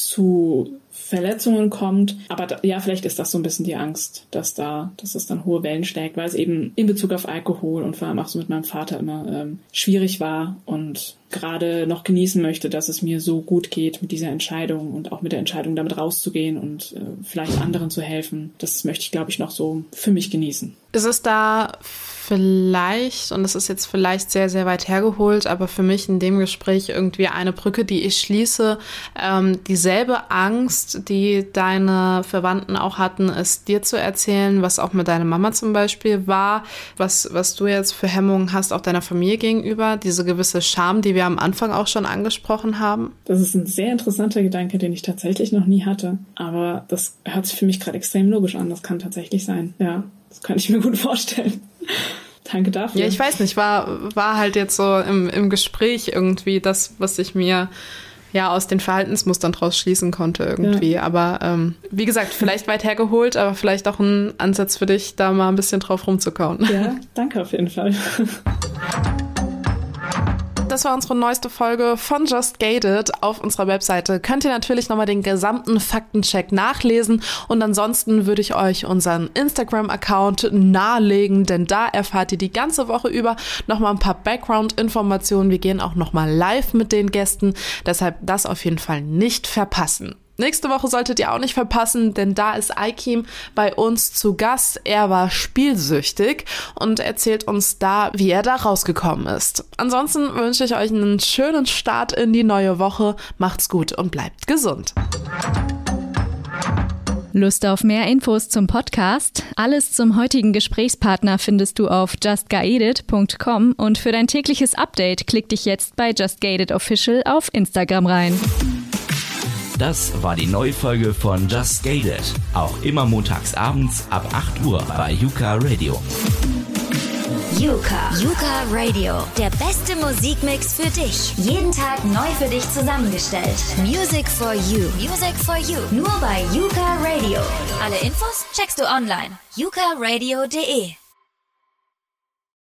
zu Verletzungen kommt. Aber da, ja, vielleicht ist das so ein bisschen die Angst, dass da, dass es dann hohe Wellen schlägt, weil es eben in Bezug auf Alkohol und vor allem auch so mit meinem Vater immer ähm, schwierig war und gerade noch genießen möchte, dass es mir so gut geht mit dieser Entscheidung und auch mit der Entscheidung, damit rauszugehen und äh, vielleicht anderen zu helfen. Das möchte ich, glaube ich, noch so für mich genießen. Ist es da vielleicht, und das ist jetzt vielleicht sehr, sehr weit hergeholt, aber für mich in dem Gespräch irgendwie eine Brücke, die ich schließe, ähm, dieselbe Angst, Angst, die deine Verwandten auch hatten, es dir zu erzählen, was auch mit deiner Mama zum Beispiel war, was, was du jetzt für Hemmungen hast, auch deiner Familie gegenüber, diese gewisse Scham, die wir am Anfang auch schon angesprochen haben? Das ist ein sehr interessanter Gedanke, den ich tatsächlich noch nie hatte. Aber das hört sich für mich gerade extrem logisch an. Das kann tatsächlich sein. Ja, das kann ich mir gut vorstellen. Danke dafür. Ja, ich weiß nicht, war, war halt jetzt so im, im Gespräch irgendwie das, was ich mir ja aus den Verhaltensmustern draus schließen konnte irgendwie. Ja. Aber ähm, wie gesagt, vielleicht weit hergeholt, aber vielleicht auch ein Ansatz für dich, da mal ein bisschen drauf rumzukauen. Ja, danke auf jeden Fall. Das war unsere neueste Folge von Just Gated. Auf unserer Webseite könnt ihr natürlich nochmal den gesamten Faktencheck nachlesen und ansonsten würde ich euch unseren Instagram-Account nahelegen, denn da erfahrt ihr die ganze Woche über nochmal ein paar Background-Informationen. Wir gehen auch nochmal live mit den Gästen, deshalb das auf jeden Fall nicht verpassen. Nächste Woche solltet ihr auch nicht verpassen, denn da ist Aikim bei uns zu Gast. Er war spielsüchtig und erzählt uns da, wie er da rausgekommen ist. Ansonsten wünsche ich euch einen schönen Start in die neue Woche. Macht's gut und bleibt gesund. Lust auf mehr Infos zum Podcast? Alles zum heutigen Gesprächspartner findest du auf just gated punkt com und für dein tägliches Update klick dich jetzt bei Just Gated Official auf Instagram rein. Das war die neue Folge von Just Gated. Auch immer montags abends ab acht Uhr bei Yuka Radio. Yuka. Yuka Radio. Der beste Musikmix für dich. Jeden Tag neu für dich zusammengestellt. Music for you. Music for you. Nur bei Yuka Radio. Alle Infos checkst du online. yuka radio punkt de